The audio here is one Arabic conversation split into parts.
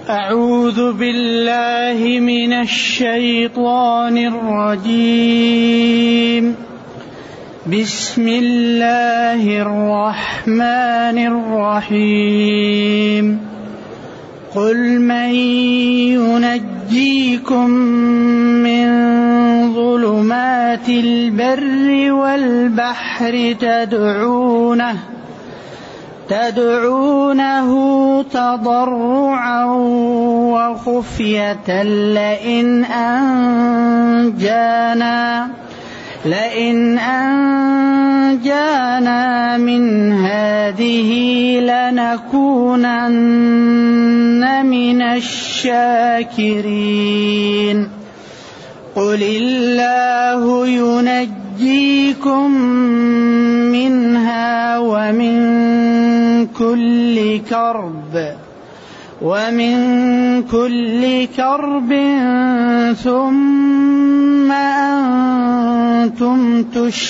أعوذ بالله من الشيطان الرجيم. بسم الله الرحمن الرحيم. قل من ينجيكم من ظلمات البر والبحر تدعونه تضرعا وخفية لئن أنجانا من هذه لنكونن من الشاكرين. قل الله ينجيكم منها ومن كل كرب ثم أنتم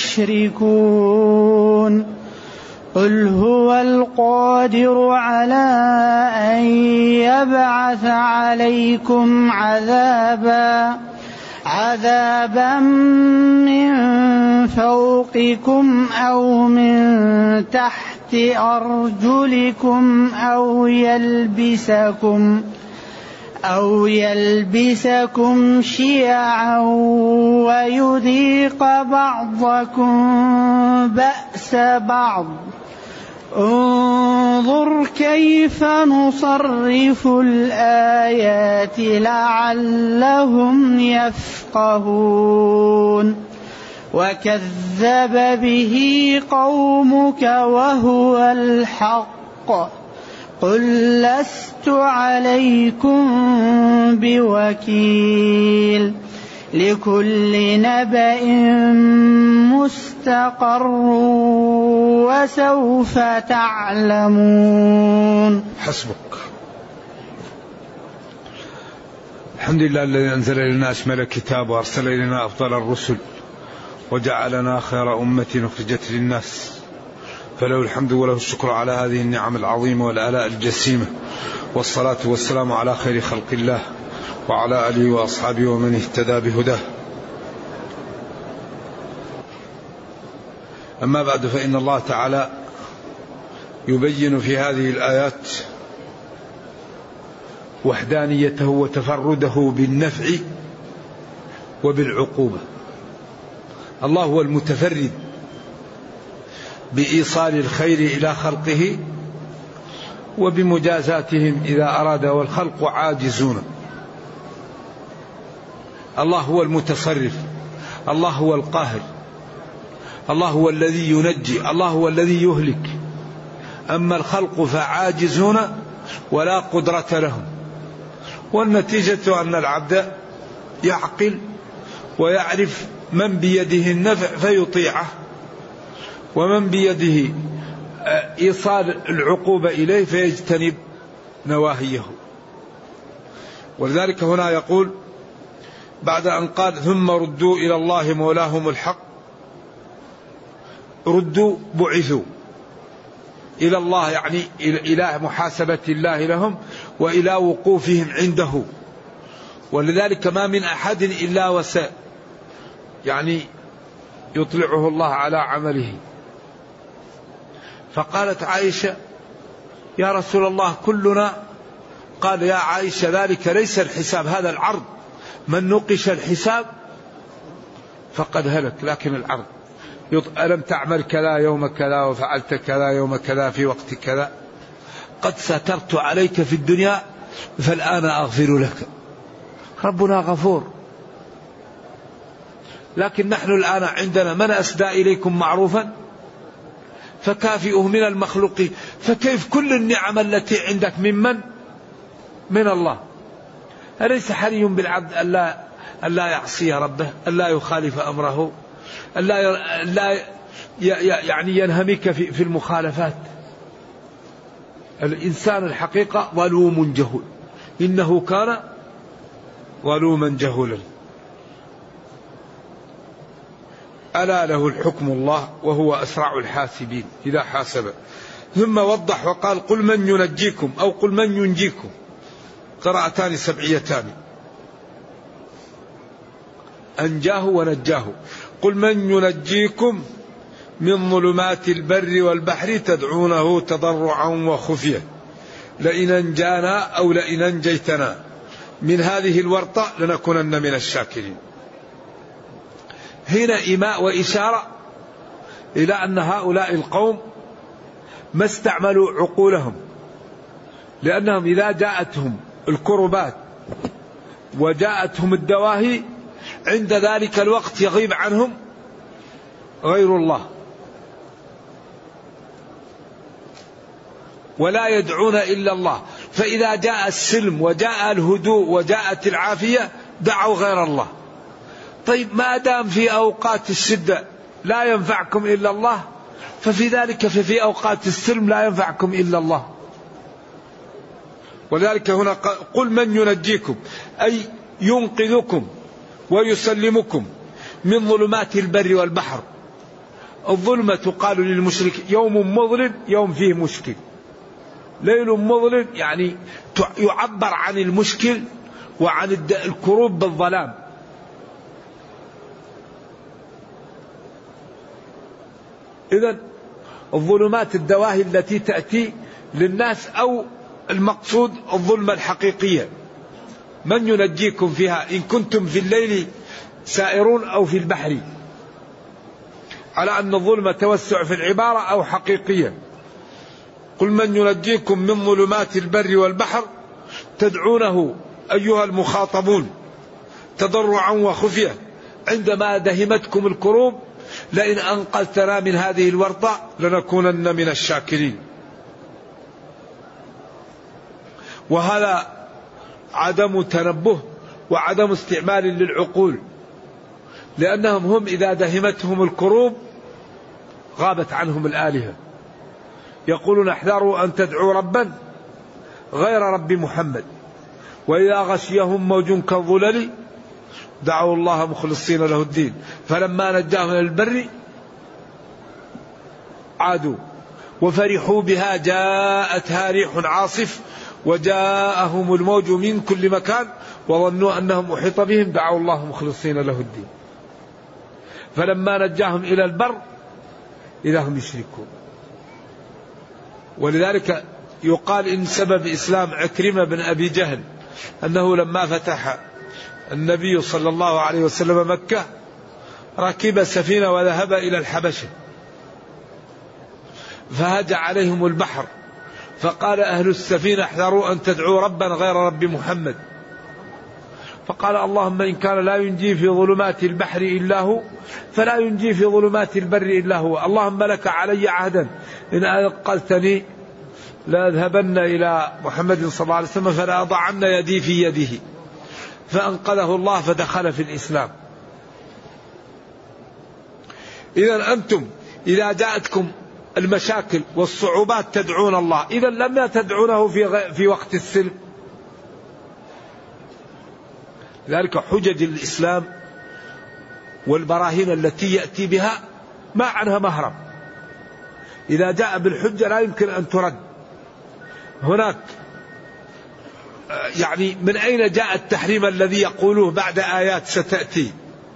تشركون. قل هو القادر على أن يبعث عليكم عذابا من فوقكم أو من تحت أرجلكم أو يلبسكم شيعا ويذيق بعضكم بأس بعض. انظر كيف نصرف الآيات لعلهم يفقهون. وكذب به قومك وهو الحق. قل لست عليكم بوكيل. لكل نبأ مستقر وسوف تعلمون. حسبك. الحمد لله الذي أنزل إلينا أشمل الكتاب وأرسل إلينا أفضل الرسل وجعلنا خير أمة أخرجت للناس، فله الحمد وله الشكر على هذه النعم العظيمة والآلاء الجسيمة، والصلاة والسلام على خير خلق الله وعلى آله وأصحابه ومن اهتدى بهداه. أما بعد، فإن الله تعالى يبين في هذه الآيات وحدانيته وتفرده بالنفع وبالعقوبة. الله هو المتفرد بإيصال الخير إلى خلقه وبمجازاتهم إذا أراد، والخلق عاجزون. الله هو المتصرف، الله هو القاهر، الله هو الذي ينجي، الله هو الذي يهلك. أما الخلق فعاجزون ولا قدرة لهم. والنتيجة أن العبد يعقل ويعرف من بيده النفع فيطيعه، ومن بيده إيصال العقوبة إليه فيجتنب نواهيه. ولذلك هنا يقول بعد أن قال ثم ردوا إلى الله مولاهم الحق، ردوا بعثوا إلى الله، يعني إلى محاسبة الله لهم وإلى وقوفهم عنده. ولذلك ما من أحد إلا يعني يطلعه الله على عمله. فقالت عائشة يا رسول الله كلنا، قال يا عائشة ذلك ليس الحساب، هذا العرض، من نقش الحساب فقد هلك، لكن العرض ألم تعمل كذا يوم كذا وفعلت كذا يوم كذا في وقت كذا، قد سترت عليك في الدنيا فالآن أغفر لك. ربنا غفور، لكن نحن الآن عندنا من أسدى إليكم معروفا فكافئه من المخلوقين، فكيف كل النعم التي عندك من الله؟ أليس حري بالعبد ألا يعصي ربه، ألا يخالف أمره، ألا يعني ينهمك في المخالفات؟ الإنسان الحقيقة ظلوم جهول، إنه كان ظلوما جهولا. ألا له الحكم الله وهو أسرع الحاسبين إذا حاسب. ثم وضح وقال قل من ينجيكم أو قل من ينجيكم. قراءتان سبعيتان. أنجاه ونجاه. قل من ينجيكم من ظلمات البر والبحر تدعونه تضرعا وخفية لئن أنجانا أو لئن أنجيتنا من هذه الورطة لنكونن من الشاكرين. هنا إيماء وإشارة إلى أن هؤلاء القوم ما استعملوا عقولهم، لأنهم إذا جاءتهم الكربات وجاءتهم الدواهي عند ذلك الوقت يغيب عنهم غير الله، ولا يدعون إلا الله. فإذا جاء السلم وجاء الهدوء وجاءت العافية دعوا غير الله. طيب ما دام في أوقات الشدة لا ينفعكم إلا الله، ففي ذلك ففي أوقات السلم لا ينفعكم إلا الله. ولذلك هنا قل من ينجيكم أي ينقذكم ويسلمكم من ظلمات البر والبحر. الظلمة تقال للمشرك يوم مظلم، يوم فيه مشكل. ليل مظلم يعني يعبر عن المشكل وعن الكروب بالظلام. إذن الظلمات الدواهي التي تأتي للناس، أو المقصود الظلمة الحقيقية. من ينجيكم فيها إن كنتم في الليل سائرون أو في البحر، على أن الظلمة توسع في العبارة أو حقيقية. قل من ينجيكم من ظلمات البر والبحر تدعونه أيها المخاطبون تضرعا وخفية عندما دهمتكم الكروب لئن أنقذتنا من هذه الورطة لنكونن من الشاكرين. وهذا عدم تنبه وعدم استعمال للعقول، لأنهم هم إذا دهمتهم الكروب غابت عنهم الآلهة. يقولون احذروا أن تدعوا ربا غير رب محمد، وإذا غشيهم موج كالظلل دعوا الله مخلصين له الدين فلما نجاهم من البر عادوا وفرحوا بها جاءتها ريح عاصف وجاءهم الموج من كل مكان وظنوا أنهم أحيط بهم دعوا الله مخلصين له الدين فلما نجاهم إلى البر إذا هم يشركون. ولذلك يقال إن سبب إسلام عكرمة بن أبي جهل أنه لما فتح النبي صلى الله عليه وسلم مكة ركب سفينة وذهب إلى الحبشة فهج عليهم البحر فقال أهل السفينة احذروا أن تدعوا ربا غير رب محمد، فقال اللهم إن كان لا ينجي في ظلمات البحر إلا هو فلا ينجي في ظلمات البر إلا هو، اللهم لك علي عهدا إن أنقذتني لأذهبن إلى محمد صلى الله عليه وسلم فلا أضعن يدي في يده، فأنقذه الله فدخل في الإسلام. إذن أنتم إذا جاءتكم المشاكل والصعوبات تدعون الله، إذا لم تدعونه في وقت السلم. ذلك حجج الإسلام والبراهين التي يأتي بها ما عنها مهرب، إذا جاء بالحجة لا يمكن أن ترد. هناك يعني من أين جاء التحريم الذي يقولوه بعد آيات ستأتي؟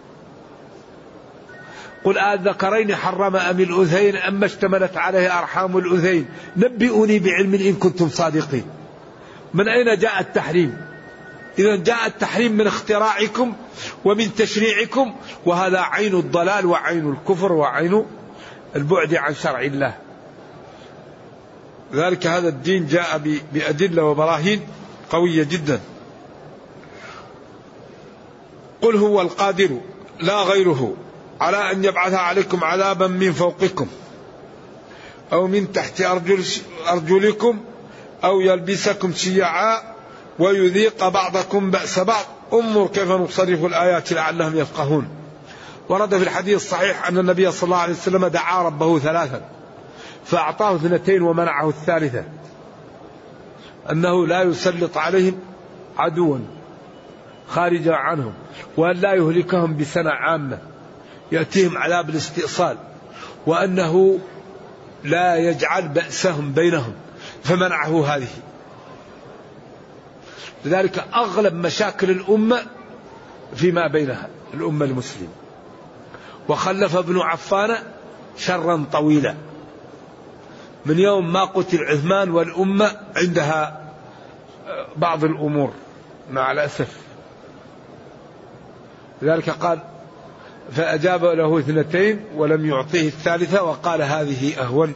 قل الذكرين حرم أم الأنثيين أما اشتملت عليه أرحام الأنثيين نبئوني بعلم إن كنتم صادقين. من أين جاء التحريم؟ إذا جاء التحريم من اختراعكم ومن تشريعكم، وهذا عين الضلال وعين الكفر وعين البعد عن شرع الله. ذلك هذا الدين جاء بأدلة وبراهين قوية جدا. قل هو القادر لا غيره على أن يبعث عليكم عذابا من فوقكم أو من تحت أرجلكم أو يلبسكم شيعا ويذيق بعضكم بأس بعض انظر كيف نصرف الآيات لعلهم يفقهون. ورد في الحديث الصحيح أن النبي صلى الله عليه وسلم دعا ربه ثلاثا فأعطاه 2 ومنعه 3، أنه لا يسلط عليهم عدوا خارجا عنهم، وأن لا يهلكهم بسنة عامة يأتيهم عذاب الاستئصال، وأنه لا يجعل بأسهم بينهم، فمنعه هذه. لذلك أغلب مشاكل الأمة فيما بينها الأمة المسلمة. وخلف ابن عفان شرا طويلا من يوم ما قتل عثمان والأمة عندها بعض الأمور مع الأسف. لذلك قال فأجاب له 2 ولم يعطيه 3 وقال هذه أهون.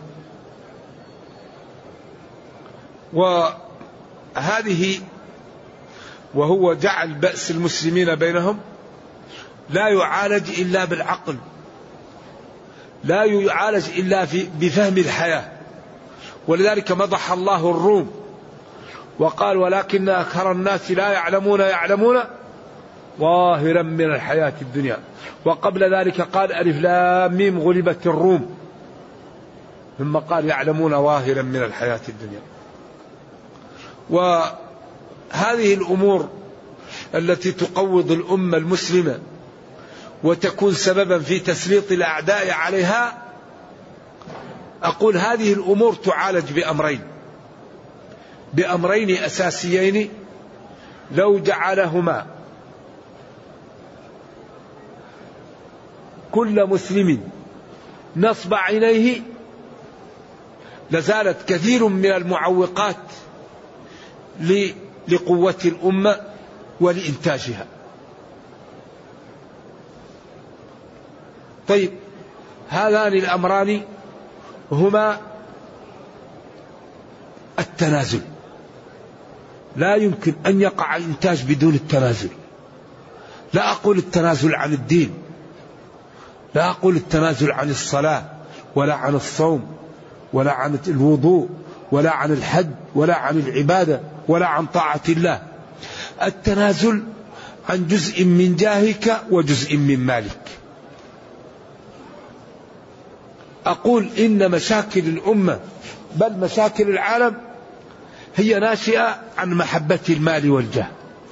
وهذه وهو جعل بأس المسلمين بينهم لا يعالج إلا بالعقل، لا يعالج إلا بفهم الحياة. ولذلك مدح الله الروم وقال ولكن أكثر الناس لا يعلمون ظاهرا من الحياة الدنيا. وقبل ذلك قال ألف لام ميم غلبت الروم، ثم قال يعلمون ظاهرا من الحياة الدنيا. وهذه الأمور التي تقوض الأمة المسلمة وتكون سببا في تسليط الأعداء عليها، أقول هذه الأمور تعالج بأمرين أساسيين لو جعلهما كل مسلم نصب عينيه لزالت كثير من المعوقات لقوة الأمة ولإنتاجها. طيب، هذان الأمران هما التنازل. لا يمكن أن يقع الإنتاج بدون التنازل. لا أقول التنازل عن الدين، لا أقول التنازل عن الصلاة ولا عن الصوم ولا عن الوضوء ولا عن الحج ولا عن العبادة ولا عن طاعة الله. التنازل عن جزء من جاهك وجزء من مالك. أقول إن مشاكل الأمة بل مشاكل العالم هي ناشئة عن محبة المال والجاه،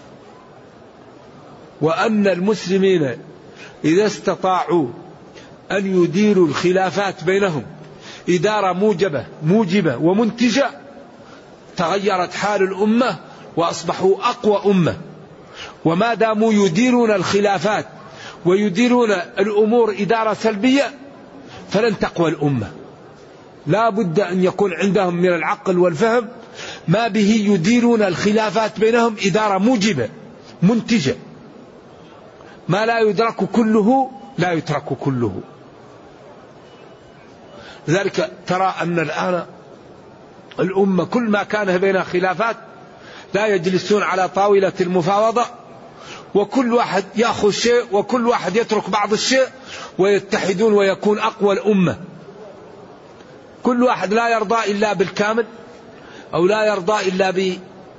وأن المسلمين إذا استطاعوا أن يديروا الخلافات بينهم إدارة موجبة ومنتجة تغيرت حال الأمة وأصبحوا أقوى أمة. وما داموا يديرون الخلافات ويديرون الأمور إدارة سلبية فلن تقوى الأمة. لا بد أن يكون عندهم من العقل والفهم ما به يديرون الخلافات بينهم إدارة موجبة منتجة. ما لا يدرك كله لا يترك كله. لذلك ترى أن الآن الأمة كل ما كان بينها خلافات لا يجلسون على طاولة المفاوضة، وكل واحد يأخذ شيء وكل واحد يترك بعض الشيء ويتحدون ويكون أقوى الأمة. كل واحد لا يرضى إلا بالكامل أو لا يرضى إلا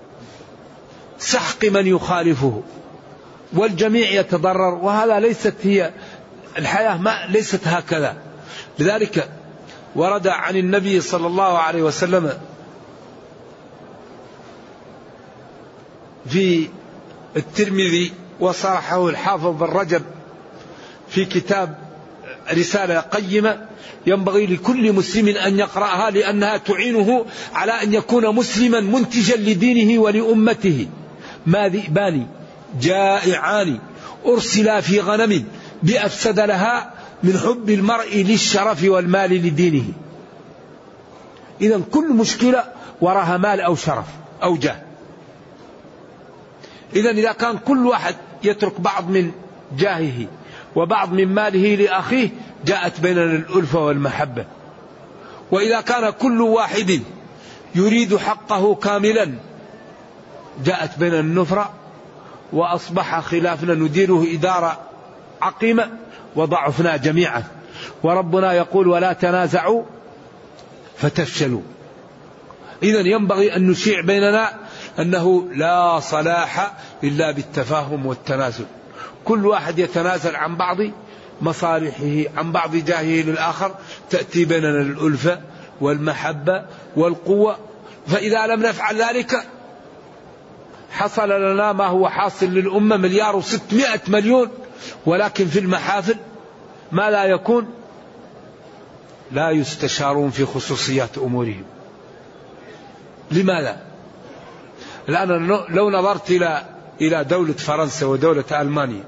بسحق من يخالفه، والجميع يتضرر. وهذا ليست هي الحياة، ليست هكذا. لذلك ورد عن النبي صلى الله عليه وسلم في الترمذي وصرحه الحافظ بن رجب في كتاب رسالة قيمة ينبغي لكل مسلم أن يقرأها لأنها تعينه على أن يكون مسلما منتجا لدينه ولأمته. ما ذئبان جائعان أرسلا في غنم بأفسد لها من حب المرء للشرف والمال لدينه. إذن كل مشكلة وراها مال أو شرف أو جاه. إذن إذا كان كل واحد يترك بعض من جاهه وبعض من ماله لأخيه جاءت بيننا الألفة والمحبة. وإذا كان كل واحد يريد حقه كاملا جاءت بيننا النفرة، وأصبح خلافنا نديره إدارة عقيمة وضعفنا جميعا. وربنا يقول ولا تنازعوا فتفشلوا. إذن ينبغي أن نشيع بيننا أنه لا صلاح إلا بالتفاهم والتنازل. كل واحد يتنازل عن بعض مصالحه عن بعض جاهه للآخر، تأتي بيننا الألفة والمحبة والقوة. فإذا لم نفعل ذلك حصل لنا ما هو حاصل للأمة 1,600,000,000، ولكن في المحافل ما لا يكون لا يستشارون في خصوصيات أمورهم. لماذا؟ الآن لو نظرت إلى دولة فرنسا ودولة ألمانيا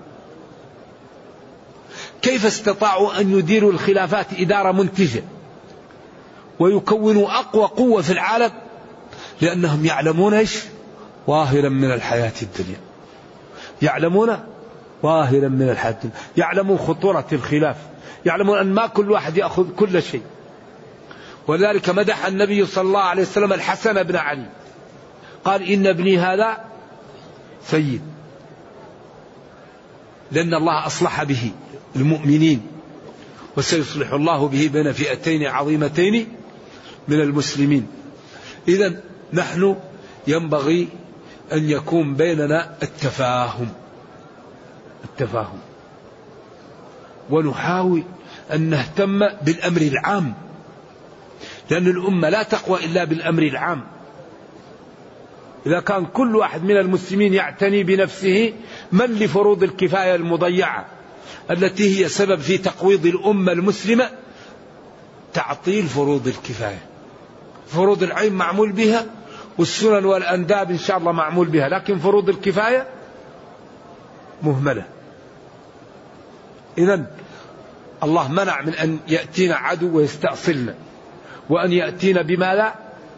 كيف استطاعوا أن يديروا الخلافات إدارة منتجة ويكونوا أقوى قوة في العالم؟ لأنهم يعلمون إيش؟ ظاهرا من الحياة الدنيا، يعلمون ظاهرا من الحياة الدنيا، يعلمون خطورة الخلاف، يعلمون أن ما كل واحد يأخذ كل شيء. ولذلك مدح النبي صلى الله عليه وسلم الحسن بن علي، قال إن ابني هذا سيد، لأن الله أصلح به المؤمنين، وسيصلح الله به بين فئتين عظيمتين من المسلمين. إذن نحن ينبغي أن يكون بيننا التفاهم، ونحاول أن نهتم بالأمر العام، لأن الأمة لا تقوى إلا بالأمر العام. إذا كان كل واحد من المسلمين يعتني بنفسه، من لفروض الكفاية المضيعة التي هي سبب في تقويض الأمة المسلمة؟ تعطيل فروض الكفاية. فروض العين معمول بها، والسنن والأنداب إن شاء الله معمول بها، لكن فروض الكفاية مهملة. إذن الله منع من أن يأتينا عدو ويستأصلنا، وأن يأتينا بما لا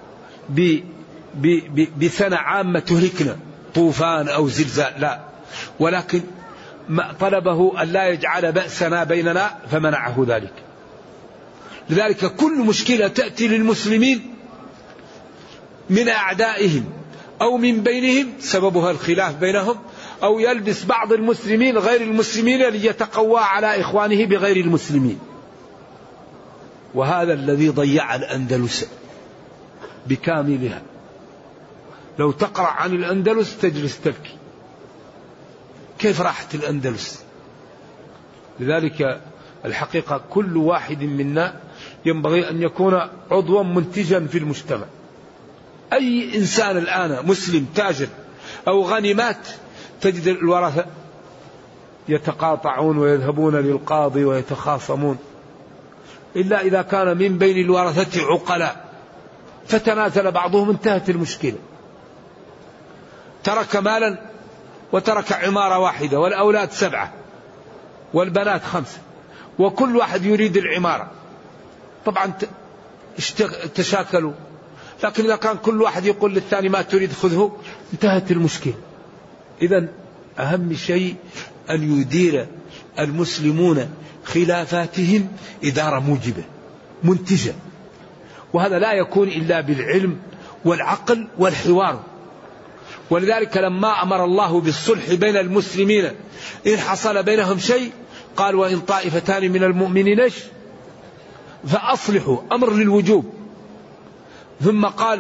بسنة عامة تهلكنا، طوفان أو زلزال، لا، ولكن ما طلبه أن لا يجعل بأسنا بيننا فمنعه ذلك. لذلك كل مشكلة تأتي للمسلمين من أعدائهم أو من بينهم سببها الخلاف بينهم، أو يلبس بعض المسلمين غير المسلمين ليتقوى على إخوانه بغير المسلمين. وهذا الذي ضيع الأندلس بكاملها. لو تقرأ عن الأندلس تجلس تبكي كيف راحت الأندلس. لذلك الحقيقة كل واحد منا ينبغي أن يكون عضوا منتجا في المجتمع. أي إنسان الآن مسلم تاجر أو غني مات، تجد الورثة يتقاطعون ويذهبون للقاضي ويتخاصمون، إلا إذا كان من بين الورثة عقلاء فتنازل بعضهم، انتهت المشكلة. ترك مالا وترك عمارة واحدة، والأولاد 7 والبنات 5، وكل واحد يريد العمارة، طبعا تشاكلوا. لكن إذا كان كل واحد يقول للثاني ما تريد خذه، انتهت المشكلة. إذن أهم شيء أن يدير المسلمون خلافاتهم إدارة موجبة منتجة، وهذا لا يكون إلا بالعلم والعقل والحوار. ولذلك لما أمر الله بالصلح بين المسلمين إن حصل بينهم شيء قال وإن طائفتان من المؤمنين فأصلحوا، أمر للوجوب. ثم قال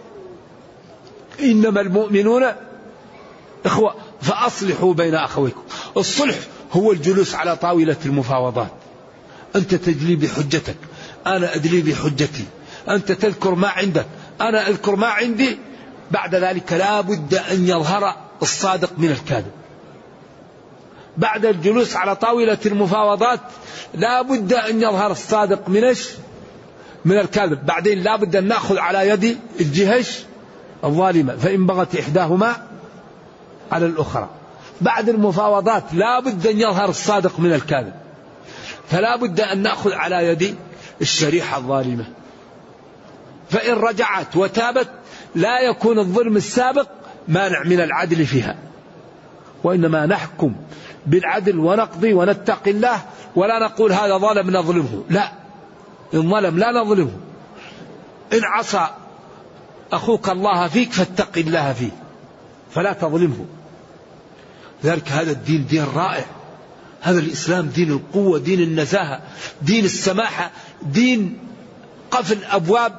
إنما المؤمنون إخوة فأصلحوا بين أخويكم. الصلح هو الجلوس على طاولة المفاوضات، أنت تدلي بحجتك، أنا أدلي بحجتي، أنت تذكر ما عندك، أنا أذكر ما عندي. بعد ذلك لا بد أن يظهر الصادق من الكاذب. بعد الجلوس على طاولة المفاوضات لا بد أن يظهر الصادق من الكاذب. بعدين لا بد أن نأخذ على يد الجهة الظالمة فإن بغت إحداهما على الأخرى. بعد المفاوضات لا بد أن يظهر الصادق من الكاذب، فلا بد أن نأخذ على يد الشريحة الظالمة. فإن رجعت وتابت لا يكون الظلم السابق مانع من العدل فيها، وإنما نحكم بالعدل ونقضي ونتقي الله، ولا نقول هذا ظلم نظلمه، لا، إن ظلم لا نظلمه. إن عصى أخوك الله فيك فاتق الله فيه فلا تظلمه. ذلك هذا الدين دين رائع، هذا الإسلام دين القوة، دين النزاهة، دين السماحة، دين قفل أبواب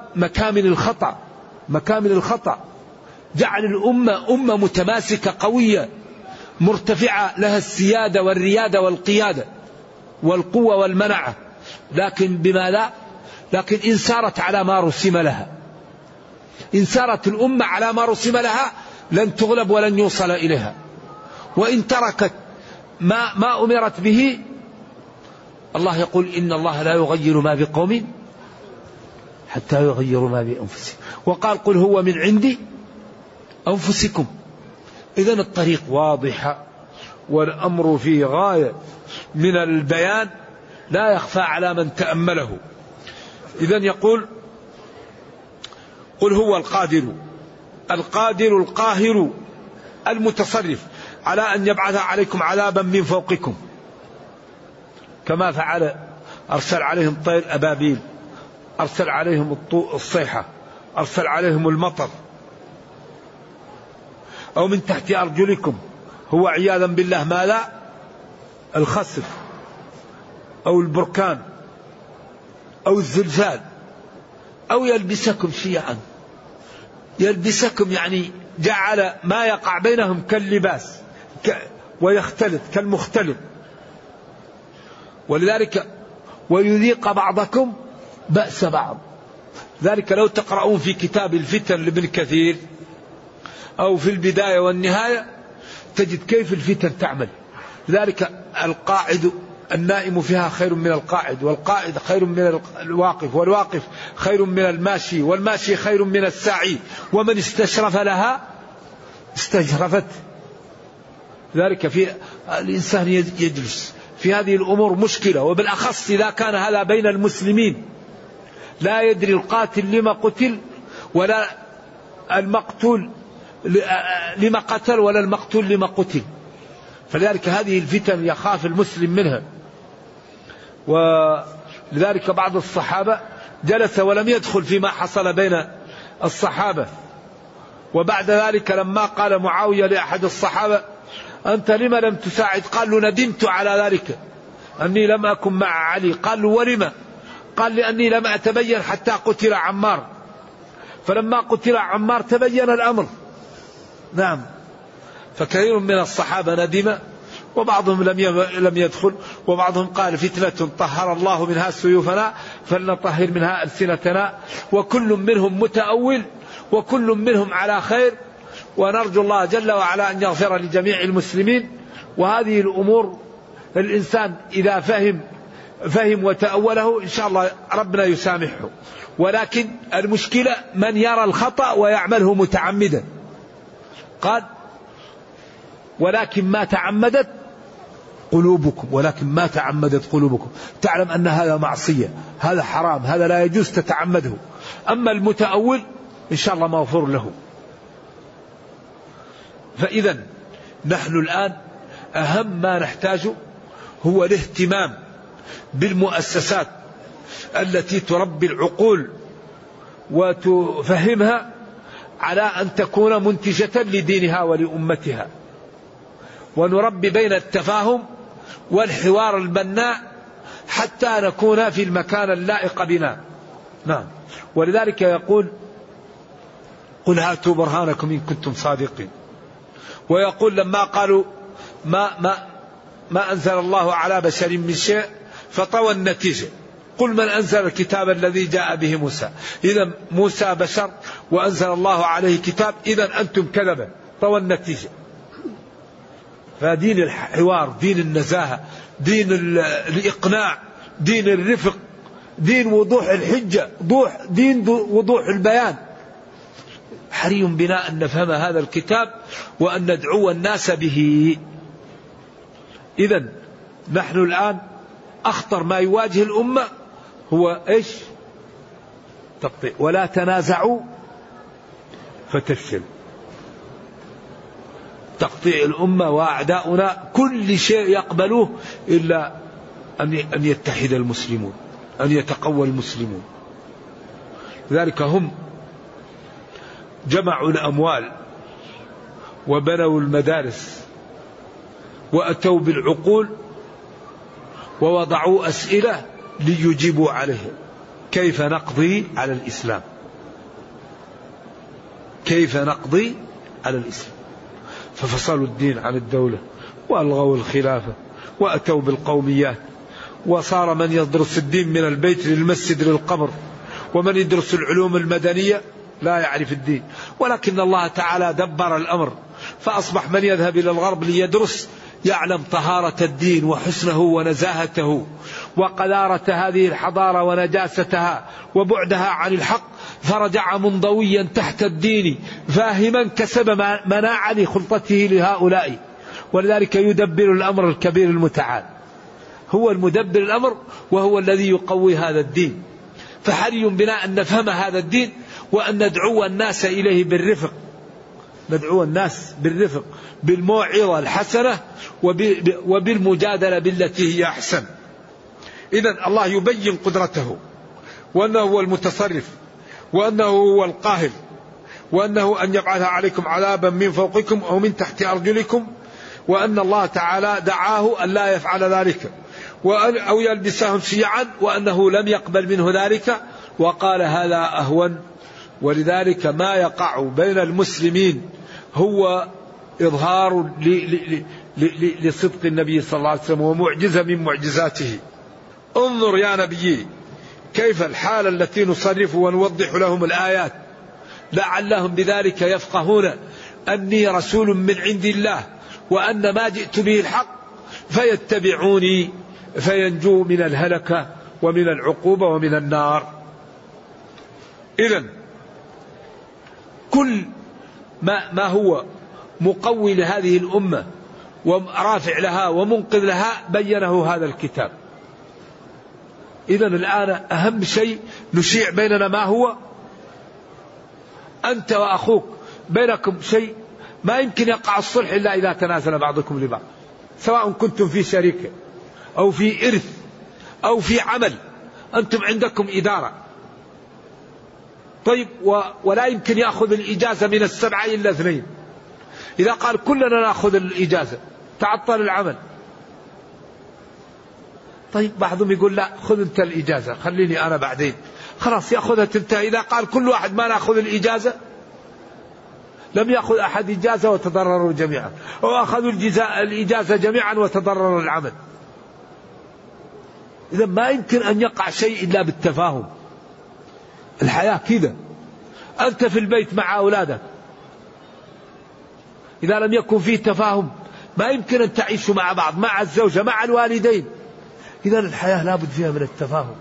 مكامن الخطأ. جعل الأمة أمة متماسكة قوية مرتفعة لها السيادة والريادة والقيادة والقوة والمنعة. لكن بما لا، لكن إن سارت على ما رسم لها، إن سارت الأمة على ما رسم لها لن تغلب ولن يوصل إليها. وإن تركت ما أمرت به، الله يقول إن الله لا يغير ما بقوم حتى يغيروا ما بأنفسهم. وقال قل هو من عندي أنفسكم. إذن الطريق واضحة والأمر فيه غاية من البيان لا يخفى على من تأمله. إذن يقول قل هو القادر القاهر المتصرف على أن يبعث عليكم عذابا من فوقكم كما فعل، أرسل عليهم طير أبابيل، أرسل عليهم الصيحة، أرسل عليهم المطر، أو من تحت أرجلكم، هو عياذا بالله ما لا الخسف أو البركان أو الزلزال، أو يلبسكم شيعا. يلبسكم يعني جعل ما يقع بينهم كاللباس ويختلط كالمختلط. ولذلك ويذيق بعضكم بأس بعض. ذلك لو تقرؤون في كتاب الفتن لابن كثير أو في البداية والنهاية تجد كيف الفتن تعمل. لذلك القاعد النائم فيها خير من القاعد، والقاعد خير من الواقف، والواقف خير من الماشي، والماشي خير من الساعي، ومن استشرف لها استجرفت. ذلك في الإنسان يجلس في هذه الأمور مشكلة، وبالأخص إذا كان هذا بين المسلمين لا يدري القاتل لما قتل ولا المقتول لما قتل ولا المقتول لما قتل. فلذلك هذه الفتن يخاف المسلم منها. ولذلك بعض الصحابة جلس ولم يدخل فيما حصل بين الصحابة. وبعد ذلك لما قال معاوية لأحد الصحابة أنت لما لم تساعد؟ قال له ندمت على ذلك أني لم أكن مع علي. قال له ولما؟ قال لأني لم أتبين حتى قتل عمار، فلما قتل عمار تبين الأمر. نعم. فكثير من الصحابة ندم، وبعضهم لم يدخل، وبعضهم قال فتنة طهر الله منها سيوفنا فلنطهر منها ألسنتنا. وكل منهم متأول وكل منهم على خير، ونرجو الله جل وعلا أن يغفر لجميع المسلمين. وهذه الأمور الإنسان إذا فهم وتأوله إن شاء الله ربنا يسامحه. ولكن المشكلة من يرى الخطأ ويعمله متعمدا. قال ولكن ما تعمدت قلوبكم، تعلم أن هذا معصية، هذا حرام، هذا لا يجوز تتعمده. أما المتأول إن شاء الله مغفور له. فإذا نحن الآن أهم ما نحتاجه هو الاهتمام بالمؤسسات التي تربي العقول وتفهمها على أن تكون منتجة لدينها ولأمتها، ونربي بين التفاهم والحوار البناء حتى نكون في المكان اللائق بنا. نعم. ولذلك يقول قل هاتوا برهانكم إن كنتم صادقين. ويقول لما قالوا ما أنزل الله على بشر من شيء فطوى النتيجة، قل من أنزل الكتاب الذي جاء به موسى. إذا موسى بشر وأنزل الله عليه كتاب، إذا أنتم كذبة، طوى النتيجة. فدين الحوار، دين النزاهة، دين الإقناع، دين الرفق، دين وضوح الحجة، دين وضوح البيان. حري بنا أن نفهم هذا الكتاب وأن ندعو الناس به. إذا نحن الآن أخطر ما يواجه الأمة هو إيش؟ تقطيع. ولا تنازعوا فتفشل. تقطيع الأمة وأعداؤنا كل شيء يقبلوه إلا أن يتحد المسلمون، أن يتقوى المسلمون. لذلك هم جمعوا الأموال وبنوا المدارس وأتوا بالعقول ووضعوا أسئلة ليجيبوا عليها. كيف نقضي على الإسلام؟ كيف نقضي على الإسلام؟ ففصلوا الدين عن الدولة وألغوا الخلافة وأتوا بالقوميات، وصار من يدرس الدين من البيت للمسجد للقبر، ومن يدرس العلوم المدنية لا يعرف الدين. ولكن الله تعالى دبر الأمر، فأصبح من يذهب إلى الغرب ليدرس يعلم طهارة الدين وحسنه ونزاهته وقذارة هذه الحضارة ونجاستها وبعدها عن الحق، فرجع منضويا تحت الدين فاهما كسب مناعة لخلطته لهؤلاء. ولذلك يدبر الأمر الكبير المتعال، هو المدبر الأمر وهو الذي يقوي هذا الدين. فحري بنا أن نفهم هذا الدين وأن ندعو الناس إليه بالرفق، ندعو الناس بالرفق بالموعظة الحسنة وبالمجادلة بالتي هي أحسن. إذن الله يبين قدرته وأنه هو المتصرف وأنه هو القاهر وأنه أن يبعث عليكم عذابا من فوقكم أو من تحت أرجلكم، وأن الله تعالى دعاه أن لا يفعل ذلك أو يلبسهم شيعا وأنه لم يقبل منه ذلك وقال هذا أهون. ولذلك ما يقع بين المسلمين هو إظهار لصدق النبي صلى الله عليه وسلم ومعجزة من معجزاته. انظر يا نبي كيف الحال التي نصرف ونوضح لهم الآيات لعلهم بذلك يفقهون أني رسول من عند الله وأن ما جئت به الحق فيتبعوني فينجوا من الهلكة ومن العقوبة ومن النار. إذن كل ما هو مقوي لهذه الأمة ورافع لها ومنقذ لها بينه هذا الكتاب. إذن الآن أهم شيء نشيع بيننا ما هو أنت وأخوك بينكم شيء ما يمكن يقع الصلح إلا إذا تنازل بعضكم لبعض، سواء كنتم في شركة أو في إرث أو في عمل، أنتم عندكم إدارة. طيب ولا يمكن يأخذ الإجازة من السبعة إلا اثنين. إذا قال كلنا نأخذ الإجازة تعطل العمل. طيب بعضهم يقول لا خذ أنت الإجازة خليني أنا بعدين، خلاص يأخذها تنتهي. إذا قال كل واحد ما نأخذ الإجازة لم يأخذ أحد إجازة وتضرروا جميعا، أو أخذوا الإجازة جميعا وتضرر العمل. إذا ما يمكن أن يقع شيء إلا بالتفاهم. الحياة كذا، أنت في البيت مع أولادك إذا لم يكن فيه تفاهم ما يمكن أن تعيشوا مع بعض، مع الزوجة مع الوالدين. إذا الحياة لابد فيها من التفاهم.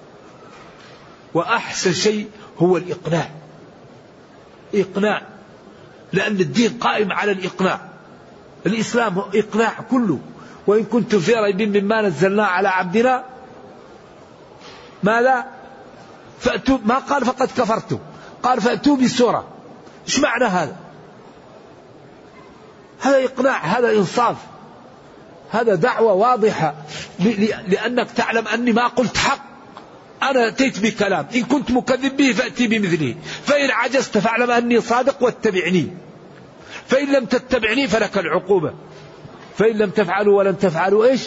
وأحسن شيء هو الإقناع، إقناع، لأن الدين قائم على الإقناع. الإسلام هو إقناع كله. وإن كنتم في ريب مما نزلنا على عبدنا ماذا فأتوا، ما قال فقد كفرتم، قال فأتوا بسورة. إيش معنى هذا؟ هذا إقناع، هذا إنصاف، هذا دعوة واضحة لأنك تعلم أني ما قلت حق، أنا أتيت بكلام، إن كنت مكذب به فأتي بمثله، فإن عجزت فاعلم أني صادق واتبعني، فإن لم تتبعني فلك العقوبة، فإن لم تفعلوا ولن تفعلوا إيش.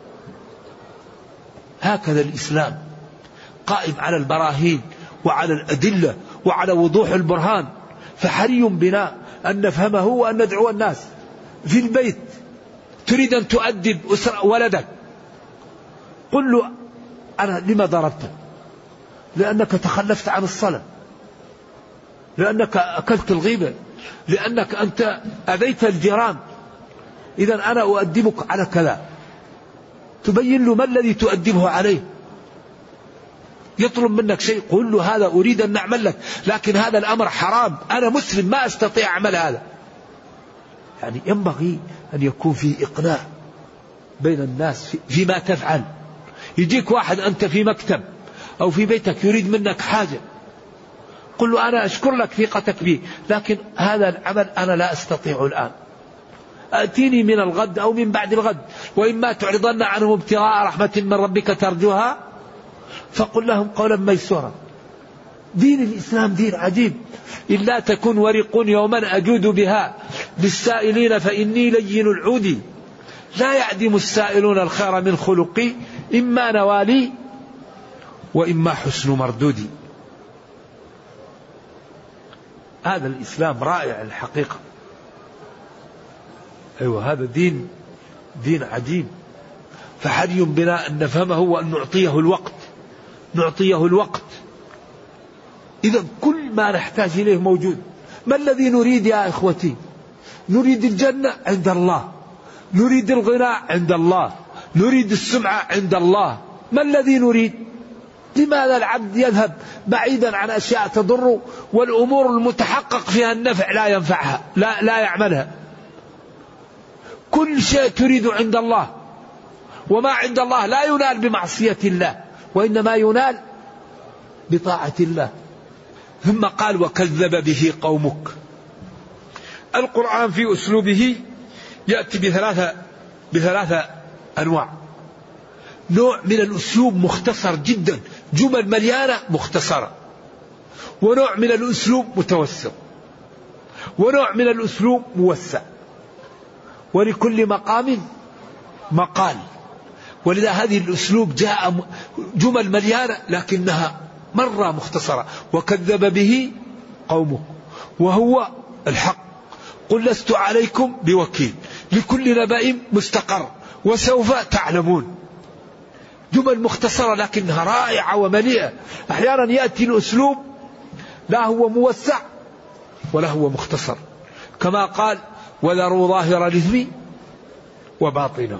هكذا الإسلام قائم على البراهين وعلى الأدلة وعلى وضوح البرهان. فحري بنا أن نفهمه وأن ندعو الناس. في البيت تريد أن تؤدب ولدك، قل له أنا لما ضربتك؟ لأنك تخلفت عن الصلاة، لأنك أكلت الغيبة، لأنك أنت أذيت الجيران، إذا أنا أؤدبك على كذا. تبين له ما الذي تؤدبه عليه. يطلب منك شيء قل له هذا أريد أن نعمل لك، لكن هذا الأمر حرام، أنا مسلم ما أستطيع أعمل هذا. يعني ينبغي أن يكون في إقناع بين الناس فيما تفعل. يجيك واحد أنت في مكتب أو في بيتك يريد منك حاجة، قل له أنا أشكر لك ثقتك بي، لكن هذا العمل أنا لا أستطيع الآن، أتيني من الغد أو من بعد الغد، وإما تعرضن عنهم ابتغاء رحمة من ربك ترجوها فقل لهم قولا ميسورا. دين الإسلام دين عجيب. إلا تكن ورق يوما أجود بها للسائلين فإني لين العود، لا يعدم السائلون الخير من خلقي، إما نوالي وإما حسن مردودي. هذا الإسلام رائع الحقيقة. أيوة هذا دين عجيب. فحري بنا أن نفهمه وأن نعطيه الوقت، نعطيه الوقت. إذا كل ما نحتاج إليه موجود. ما الذي نريد يا إخوتي؟ نريد الجنة عند الله، نريد الغنى عند الله، نريد السمعة عند الله. ما الذي نريد؟ لماذا العبد يذهب بعيدا عن أشياء تضر والأمور المتحقق فيها النفع لا ينفعها، لا يعملها. كل شيء تريد عند الله، وما عند الله لا ينال بمعصية الله، وإنما ينال بطاعة الله. ثم قال وكذب به قومك. القرآن في أسلوبه يأتي بثلاثة أنواع. نوع من الأسلوب مختصر جدا، جمل مليانة مختصرة، ونوع من الأسلوب متوسط، ونوع من الأسلوب موسع، ولكل مقام مقال. ولذا هذه الأسلوب جاء جمل مليانة لكنها مرة مختصرة. وكذب به قومه وهو الحق قل لست عليكم بوكيل لكل نبأ مستقر وسوف تعلمون. جمل مختصرة لكنها رائعة ومليئة. أحيانا يأتي الأسلوب لا هو موسع ولا هو مختصر، كما قال وذروا ظاهر الإثم وباطنه.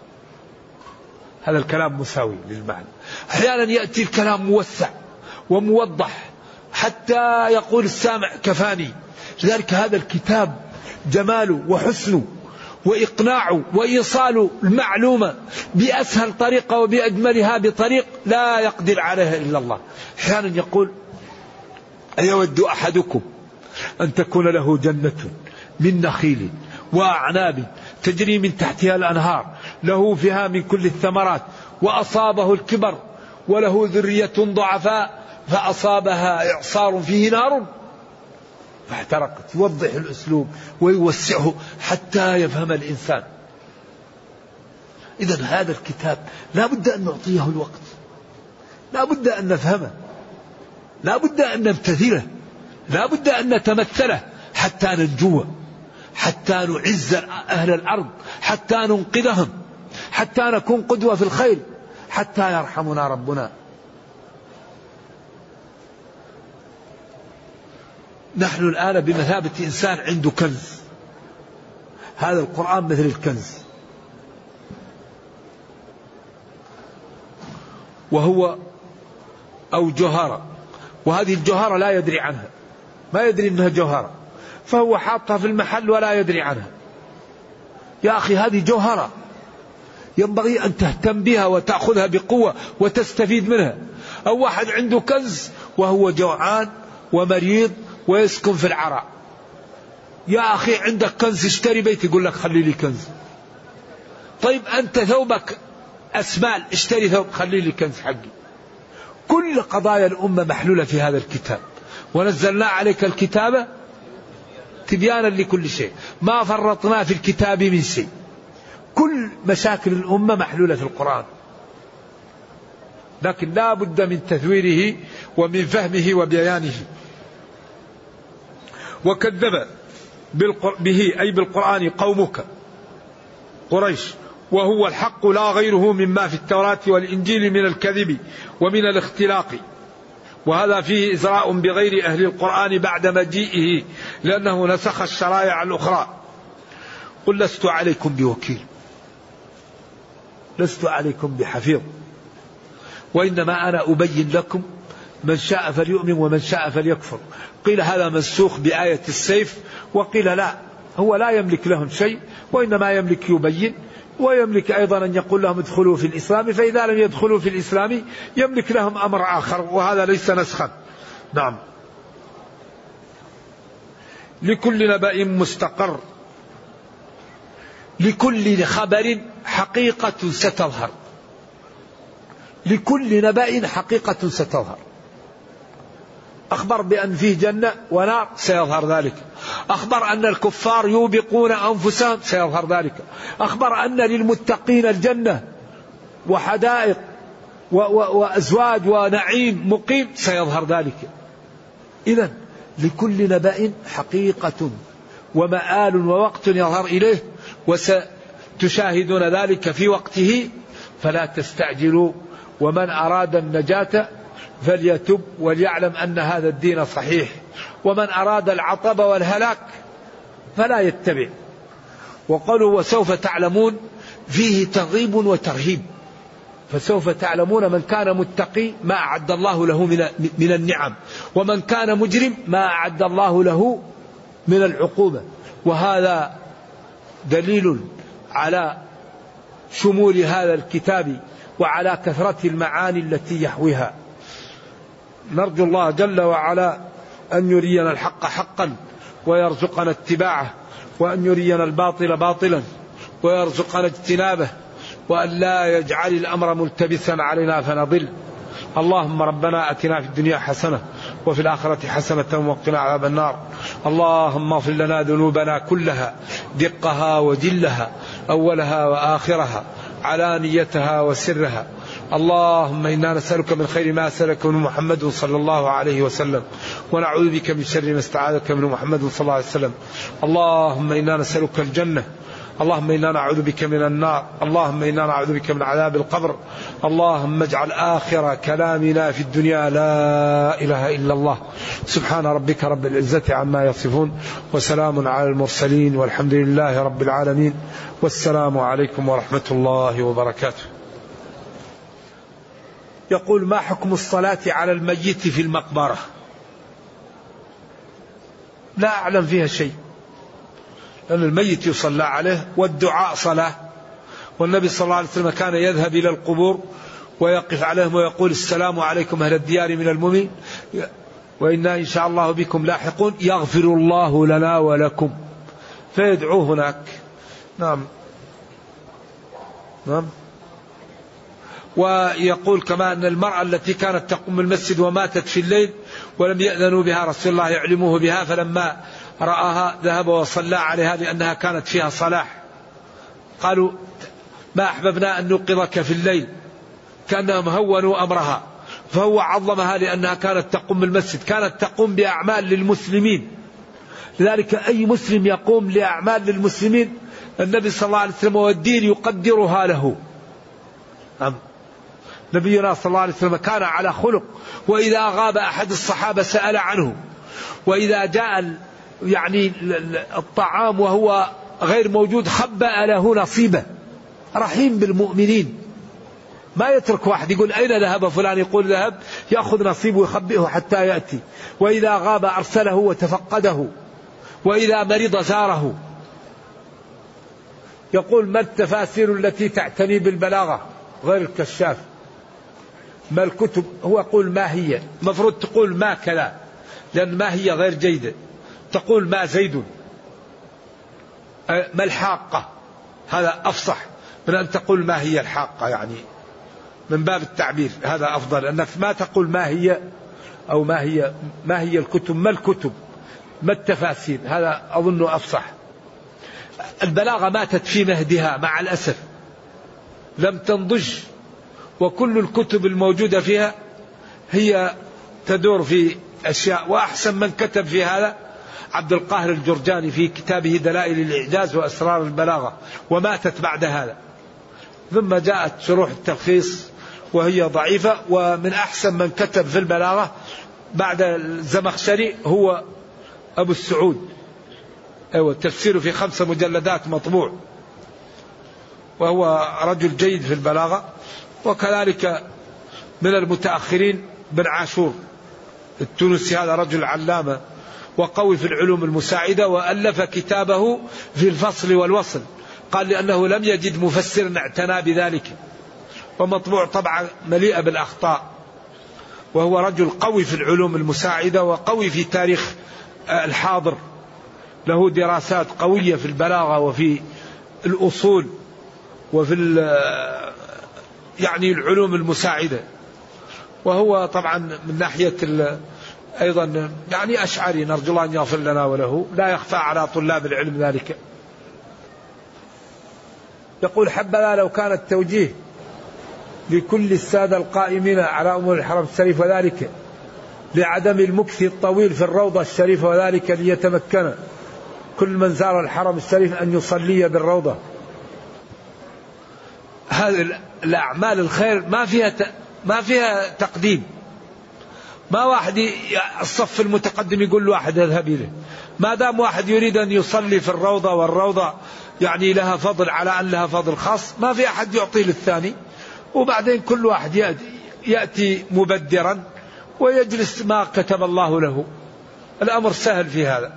هذا الكلام مساوي للمعنى. أحيانا يأتي الكلام موسع وموضح حتى يقول السامع كفاني. لذلك هذا الكتاب جماله وحسنه وإقناعه وإيصال المعلومة بأسهل طريقة وبأجملها بطريق لا يقدر عليها إلا الله. أحيانا يقول أيود أحدكم أن تكون له جنة من نخيل وأعناب تجري من تحتها الأنهار له فيها من كل الثمرات وأصابه الكبر وله ذرية ضعفاء فأصابها إعصار فيه نار فاحترقت. يوضح الأسلوب ويوسعه حتى يفهم الإنسان. إذن هذا الكتاب لا بد أن نعطيه الوقت، لا بد أن نفهمه، لا بد أن نبتذله، لا بد أن نتمثله حتى ننجوه، حتى نعز أهل الأرض، حتى ننقذهم، حتى نكون قدوة في الخير، حتى يرحمنا ربنا. نحن الآن بمثابة إنسان عنده كنز. هذا القرآن مثل الكنز، وهو أو جوهرة، وهذه الجوهرة لا يدري عنها، ما يدري أنها جوهرة، فهو حاطها في المحل ولا يدري عنها. يا أخي هذه جوهرة ينبغي أن تهتم بها وتأخذها بقوة وتستفيد منها. أو واحد عنده كنز وهو جوعان ومريض ويسكن في العراء. يا أخي عندك كنز اشتري بيت، يقول لك خلي لي كنز. طيب أنت ثوبك أسمال، اشتري ثوب، خلي لي كنز حقي. كل قضايا الأمة محلولة في هذا الكتاب. ونزلنا عليك الكتاب تبيانا لكل شيء ما فرطنا في الكتاب من شيء. كل مشاكل الأمة محلولة في القرآن، لكن لا بد من تثويره ومن فهمه وبيانه. وكذب به أي بالقرآن قومك قريش وهو الحق لا غيره مما في التوراة والإنجيل من الكذب ومن الاختلاق. وهذا فيه إزراء بغير أهل القرآن بعد مجيئه لأنه نسخ الشرائع الأخرى. قل لست عليكم بوكيل، لست عليكم بحفيظ، وإنما أنا أبين لكم، من شاء فليؤمن ومن شاء فليكفر. قيل هذا منسوخ بآية السيف، وقيل لا، هو لا يملك لهم شيء، وإنما يملك يبين، ويملك أيضا أن يقول لهم ادخلوا في الإسلام، فإذا لم يدخلوا في الإسلام يملك لهم أمر آخر، وهذا ليس نسخا. نعم. لكل نبأ مستقر، لكل خبر حقيقة ستظهر، لكل نبأ حقيقة ستظهر. أخبر بأن فيه جنة ونار سيظهر ذلك، أخبر أن الكفار يوبقون أنفسهم سيظهر ذلك، أخبر أن للمتقين الجنة وحدائق وأزواج ونعيم مقيم سيظهر ذلك. إذن لكل نبأ حقيقة ومآل ووقت يظهر إليه، وستشاهدون ذلك في وقته، فلا تستعجلوا. ومن أراد النجاة فليتب وليعلم أن هذا الدين صحيح، ومن أراد العطب والهلاك فلا يتبع. وقالوا وسوف تعلمون فيه ترغيب وترهيب. فسوف تعلمون من كان متقي ما أعد الله له من النعم، ومن كان مجرم ما أعد الله له من العقوبة. وهذا دليل على شمول هذا الكتاب وعلى كثرة المعاني التي يحويها. نرجو الله جل وعلا أن يرينا الحق حقا ويرزقنا اتباعه، وأن يرينا الباطل باطلا ويرزقنا اجتنابه، وأن لا يجعل الأمر ملتبسا علينا فنضل. اللهم ربنا أتنا في الدنيا حسنة وفي الآخرة حسنة وقنا عذاب النار. اللهم اغفر لنا ذنوبنا كلها دقها وجلها، أولها وآخرها، علانيتها وسرها. اللهم إنا نسألك من خير ما سألك من محمد صلى الله عليه وسلم، ونعوذ بك من شر ما استعاذك من محمد صلى الله عليه وسلم. اللهم إنا نسألك الجنة، اللهم إنا نعوذ بك من النار، اللهم إنا نعوذ بك من عذاب القبر. اللهم اجعل آخر كلامنا في الدنيا لا إله إلا الله. سبحان ربك رب العزة عما يصفون، وسلام على المرسلين، والحمد لله رب العالمين، والسلام عليكم ورحمة الله وبركاته. يقول: ما حكم الصلاة على الميت في المقبرة؟ لا أعلم فيها شيء، لأن الميت يصلى عليه والدعاء صلاة، والنبي صلى الله عليه وسلم كان يذهب إلى القبور ويقف عليهم ويقول: السلام عليكم أهل الديار من المؤمنين وإنا إن شاء الله بكم لاحقون، يغفر الله لنا ولكم، فيدعو هناك. نعم. ويقول كما أن المرأة التي كانت تقوم المسجد وماتت في الليل ولم يأذنوا بها رسول الله يعلموه بها، فلما رآها ذهب وصلى عليها لأنها كانت فيها صلاح. قالوا: ما أحببنا أن نوقظك في الليل، كأنهم هونوا أمرها، فهو عظمها لأنها كانت تقوم المسجد، كانت تقوم بأعمال للمسلمين. لذلك أي مسلم يقوم لأعمال للمسلمين النبي صلى الله عليه وسلم والدين يقدرها له. نبينا صلى الله عليه وسلم كان على خلق، وإذا غاب أحد الصحابة سأل عنه، وإذا جاء الطعام وهو غير موجود خبأ له نصيبه. رحيم بالمؤمنين، ما يترك واحد يقول أين ذهب فلان، يقول ذهب، يأخذ نصيبه ويخبئه حتى يأتي. وإذا غاب أرسله وتفقده، وإذا مرض زاره. يقول: ما التفاسير التي تعتني بالبلاغة غير الكشاف؟ ما الكتب؟ هو يقول: ما هي؟ مفروض تقول ما كذا، لأن ما هي غير جيدة. تقول ما زيد، ما الحاقة، هذا أفصح من أن تقول ما هي الحاقة، يعني من باب التعبير هذا أفضل. أنك ما تقول ما هي، أو ما هي الكتب، ما الكتب، ما التفاسير، هذا أظن أفصح. البلاغة ماتت في مهدها مع الأسف، لم تنضج، وكل الكتب الموجودة فيها هي تدور في أشياء. وأحسن من كتب في هذا عبد القاهر الجرجاني في كتابه دلائل الإعجاز وأسرار البلاغة، وماتت بعد هذا. ثم جاءت شروح التلخيص وهي ضعيفة. ومن أحسن من كتب في البلاغة بعد الزمخشري هو أبو السعود، تفسيره في 5 مجلدات مطبوع، وهو رجل جيد في البلاغة. وكذلك من المتأخرين بن عاشور التونسي، هذا رجل علامة وقوي في العلوم المساعدة، وألف كتابه في الفصل والوصل، قال لأنه لم يجد مفسر اعتنى بذلك، ومطبوع طبعا مليئة بالأخطاء. وهو رجل قوي في العلوم المساعدة وقوي في تاريخ الحاضر، له دراسات قوية في البلاغة وفي الأصول وفي العلوم المساعدة. وهو طبعا من ناحية أيضا أشعري، نرجو الله أن يغفر لنا وله، لا يخفى على طلاب العلم ذلك. يقول: حبذا لو كان التوجيه لكل السادة القائمين على أمور الحرم الشريف، وذلك لعدم المكث الطويل في الروضة الشريفة، وذلك ليتمكن كل من زار الحرم الشريف أن يصلي بالروضة. هذه الأعمال الخير ما فيها تقديم. ما واحد الصف المتقدم يقول له واحد اذهب إليه. ما دام واحد يريد أن يصلي في الروضة، والروضة لها فضل على أن لها فضل خاص، ما في أحد يعطيه للثاني. وبعدين كل واحد يأتي مبدرا ويجلس ما كتب الله له. الأمر سهل في هذا.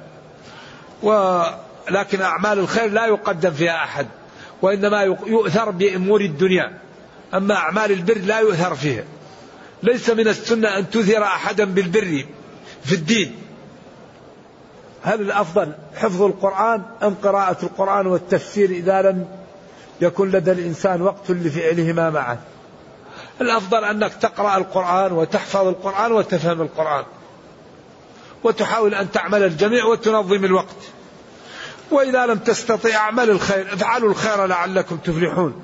ولكن أعمال الخير لا يقدم فيها أحد، وإنما يؤثر بأمور الدنيا. أما أعمال البر لا يؤثر فيها. ليس من السنة أن تثير أحدا بالبر في الدين. هل الأفضل حفظ القرآن أم قراءة القرآن والتفسير إذا لم يكن لدى الإنسان وقت لفعلهما معا؟ الأفضل أنك تقرأ القرآن وتحفظ القرآن وتفهم القرآن، وتحاول أن تعمل الجميع وتنظم الوقت. وإذا لم تستطيع أعمل الخير، افعلوا الخير لعلكم تفلحون.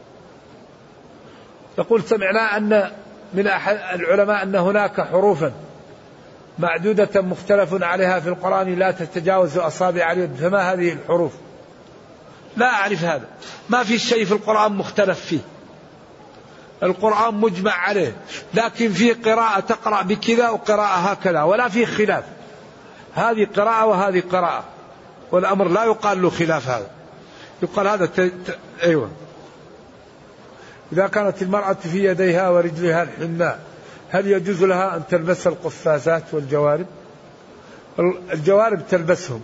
يقول سمعنا أن من أحد العلماء أن هناك حروفا معدودة مختلف عليها في القرآن لا تتجاوز أصابع اليد، فما هذه الحروف؟ لا أعرف هذا. ما في شيء في القرآن مختلف فيه، القرآن مجمع عليه، لكن في قراءة تقرأ بكذا وقراءة هكذا، ولا في خلاف. هذه قراءة وهذه قراءة، والأمر لا يقال له خلاف. هذا يقال هذا أيوة. إذا كانت المرأة في يديها ورجلها الحناء، هل يجوز لها أن تلبس القفازات والجوارب؟ الجوارب تلبسهم،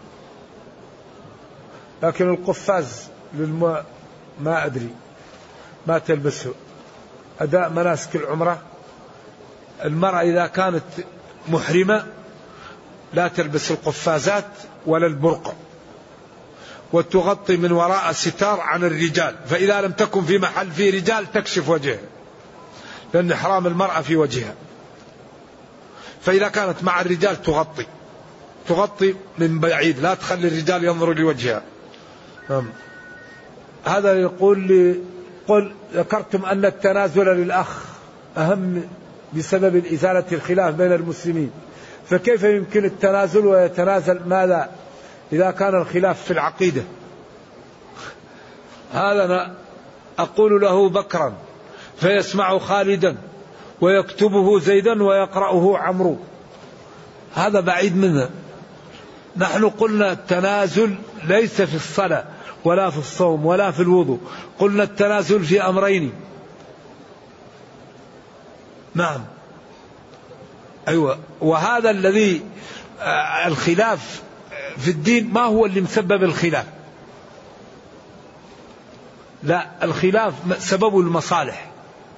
لكن القفاز ما أدري، ما تلبسه. أداء مناسك العمرة، المرأة إذا كانت محرمة لا تلبس القفازات ولا البرقع، وتغطي من وراء ستار عن الرجال، فإذا لم تكن في محل فيه رجال تكشف وجهها، لأن حرام المرأة في وجهها. فإذا كانت مع الرجال تغطي من بعيد، لا تخلي الرجال ينظروا لوجهها. هذا يقول لي قل ذكرتم أن التنازل للأخ أهم بسبب إزالة الخلاف بين المسلمين، فكيف يمكن التنازل ويتنازل ماذا إذا كان الخلاف في العقيدة؟ هذا أنا أقول له بكرا فيسمع خالدا ويكتبه زيدا ويقرأه عمرو، هذا بعيد منه. نحن قلنا التنازل ليس في الصلاة ولا في الصوم ولا في الوضوء، قلنا التنازل في أمرين. نعم أيوة. وهذا الذي الخلاف في الدين ما هو اللي مسبب الخلاف، لا، الخلاف سبب المصالح.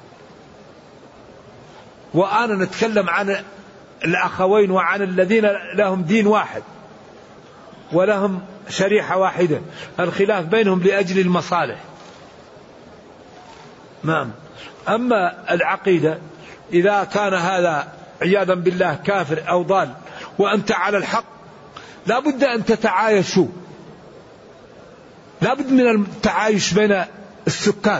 وأنا نتكلم عن الأخوين وعن الذين لهم دين واحد ولهم شريحة واحدة، الخلاف بينهم لأجل المصالح. نعم. أما العقيدة إذا كان هذا عياذا بالله كافر أو ضال وأنت على الحق، لا بد أن تتعايشوا، لا بد من التعايش بين السكان،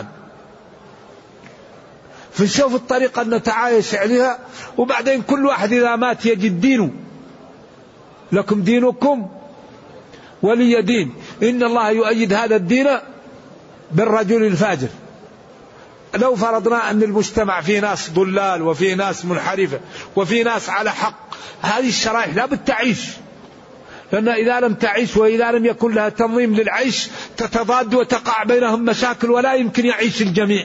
فنشوف الطريقة أن نتعايش عليها، وبعدين كل واحد إذا مات يجد دينه. لكم دينكم ولي دين. إن الله يؤيد هذا الدين بالرجل الفاجر. لو فرضنا أن المجتمع فيه ناس ضلال وفيه ناس منحرفة وفيه ناس على حق، هذه الشرائح لا بد تعيش، لأن إذا لم تعيش وإذا لم يكن لها تنظيم للعيش تتضاد وتقع بينهم مشاكل ولا يمكن يعيش الجميع.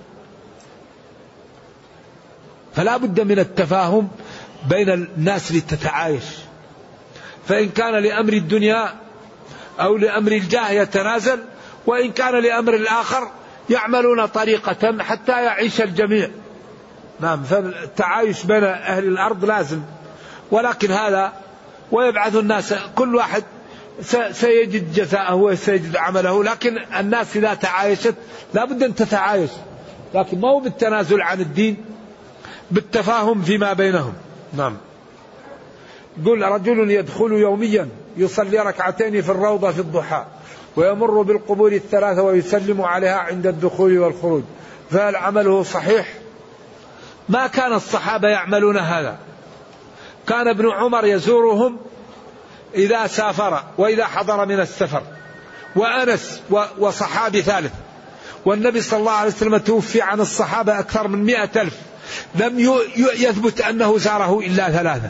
فلا بد من التفاهم بين الناس لتتعايش. فإن كان لأمر الدنيا أو لأمر الجاه يتنازل، وإن كان لأمر الآخر يعملون طريقة حتى يعيش الجميع. نعم. فالتعايش بين أهل الأرض لازم، ولكن هذا ويبعث الناس كل واحد سيجد جزاءه وسيجد عمله، لكن الناس إذا تعايشت لا بد أن تتعايش، لكن ما هو بالتنازل عن الدين، بالتفاهم فيما بينهم. نعم. قل رجل يدخل يوميا يصلي ركعتين في الروضة في الضحى ويمر بالقبور الثلاثة ويسلم عليها عند الدخول والخروج، فهل عمله صحيح؟ ما كان الصحابة يعملون هذا. كان ابن عمر يزورهم إذا سافر وإذا حضر من السفر، وأنس وصحابي ثالث، والنبي صلى الله عليه وسلم توفي عن الصحابة أكثر من 100,000، لم يثبت أنه زاره إلا 3.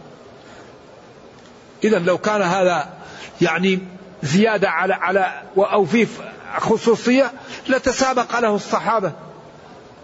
إذا لو كان هذا يعني زيادة على أو في خصوصية لتسابق له الصحابة.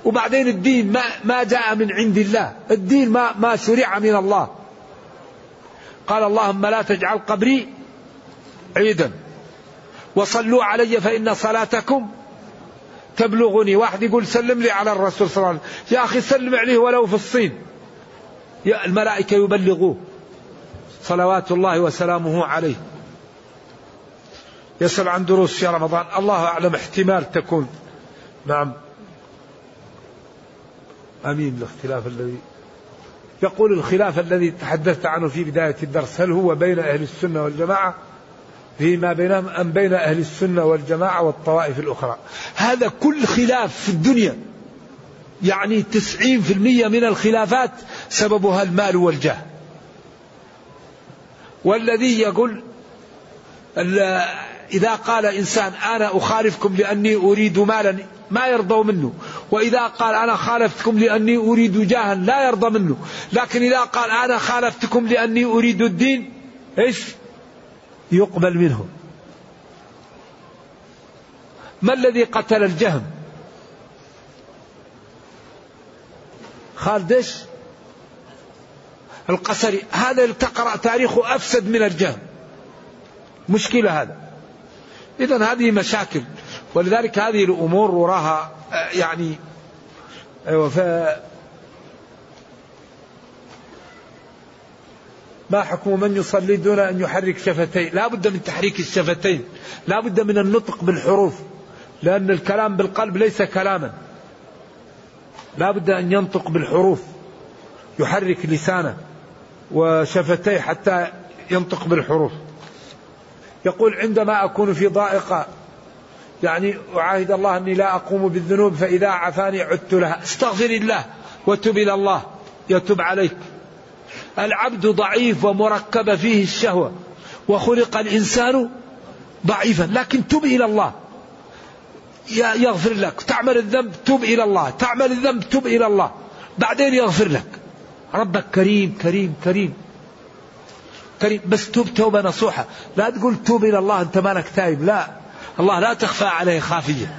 وبعدين الدين ما جاء من عند الله، الدين ما شرع من الله. قال اللهم لا تجعل قبري عيدا وصلوا علي فإن صلاتكم تبلغني. واحد يقول سلم لي على الرسول صلى الله عليه وسلم، يا أخي سلم عليه ولو في الصين، الملائكة يبلغوه صلوات الله وسلامه عليه. يسأل عن دروس في رمضان، الله أعلم، احتمال تكون. نعم أمين. الاختلاف الذي يقول الخلاف الذي تحدثت عنه في بداية الدرس، هل هو بين أهل السنة والجماعة فيما بينهم أم بين أهل السنة والجماعة والطوائف الأخرى؟ هذا كل خلاف في الدنيا، يعني 90% من الخلافات سببها المال والجاه. والذي يقول إذا قال إنسان أنا أخالفكم لأني أريد مالا ما يرضوا منه، وإذا قال أنا خالفتكم لأني أريد جاها لا يرضى منه، لكن إذا قال أنا خالفتكم لأني أريد الدين إيش يقبل منه. ما الذي قتل الجهم؟ خالد إيش القسري، هذا اللي تقرأ تاريخه أفسد من الجهم. مشكلة هذا. إذن هذه مشاكل، ولذلك هذه الأمور وراها يعني ما حكم من يصلي دون أن يحرك شفتيه؟ لا بد من تحريك الشفتين، لا بد من النطق بالحروف، لأن الكلام بالقلب ليس كلاما، لا بد أن ينطق بالحروف، يحرك لسانه وشفتيه حتى ينطق بالحروف. يقول عندما أكون في ضائقة يعني أعاهد الله أني لا أقوم بالذنوب، فإذا عفاني عدت لها، استغفر الله وتب إلى الله يتوب عليك. العبد ضعيف ومركب فيه الشهوة، وخلق الإنسان ضعيفا، لكن تب إلى الله يغفر لك. تعمل الذنب تب إلى الله، تعمل الذنب تب إلى الله، بعدين يغفر لك. ربك كريم كريم كريم كريم، بس توب توبة نصوحة. لا تقول توب إلى الله أنت مالك تائب، لا، الله لا تخفى عليه خافية.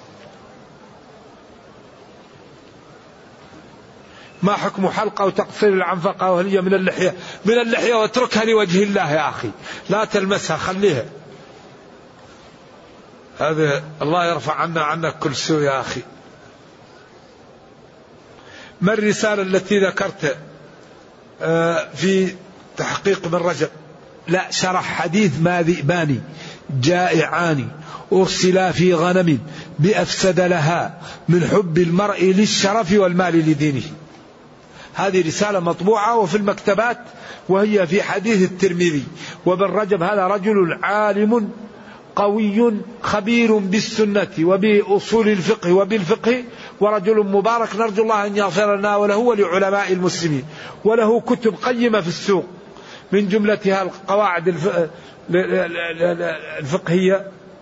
ما حكم حلقة وتقصير العنفقة وهل هي من اللحية؟ من اللحية، واتركها لوجه الله يا أخي، لا تلمسها، خليها. هذا الله يرفع عنك كل سوء يا أخي. ما الرسالة التي ذكرت في تحقيق من رجب؟ لا، شرح حديث ما ذئبان جائعان أرسلا في غنم بأفسد لها من حب المرء للشرف والمال لدينه. هذه رسالة مطبوعة وفي المكتبات، وهي في حديث الترمذي. وابن رجب هذا رجل عالم قوي خبير بالسنة وبأصول الفقه وبالفقه، ورجل مبارك، نرجو الله أن يغفر لنا وله ولعلماء المسلمين. وله كتب قيمة في السوق، من جملتها القواعد الفقهية،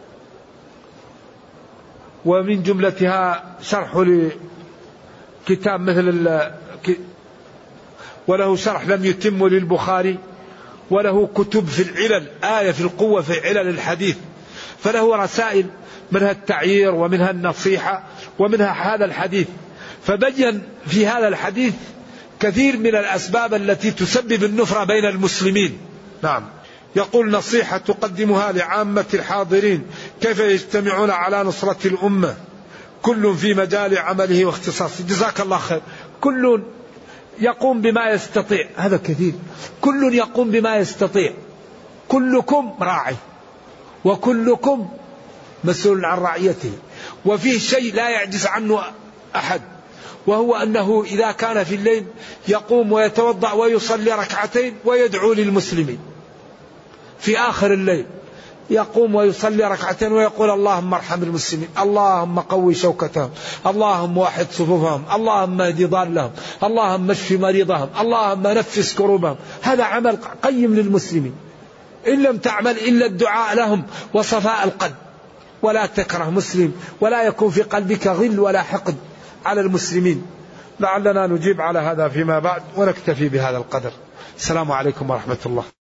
ومن جملتها شرح لكتاب مثل وله شرح لم يتم للبخاري، وله كتب في العلل، آية في القوة في علل الحديث. فله رسائل منها التعيير ومنها النصيحة ومنها هذا الحديث. فبين في هذا الحديث كثير من الأسباب التي تسبب النفرة بين المسلمين. نعم. يقول نصيحة تقدمها لعامة الحاضرين، كيف يجتمعون على نصرة الأمة كل في مجال عمله واختصاصه. جزاك الله خير. كل يقوم بما يستطيع، هذا كثير. كل يقوم بما يستطيع، كلكم راعي وكلكم مسؤول عن رعيته. وفيه شيء لا يعجز عنه أحد، وهو أنه إذا كان في الليل يقوم ويتوضأ ويصلي ركعتين ويدعو للمسلمين. في آخر الليل يقوم ويصلي ركعتين ويقول اللهم ارحم المسلمين، اللهم قوي شوكتهم، اللهم واحد صفوفهم، اللهم اهد ضالهم، اللهم اشف مريضهم، اللهم نفس كروبهم. هذا عمل قيم للمسلمين. إن لم تعمل إلا الدعاء لهم وصفاء القلب، ولا تكره مسلم، ولا يكون في قلبك غل ولا حقد على المسلمين. لعلنا نجيب على هذا فيما بعد، ونكتفي بهذا القدر. السلام عليكم ورحمة الله.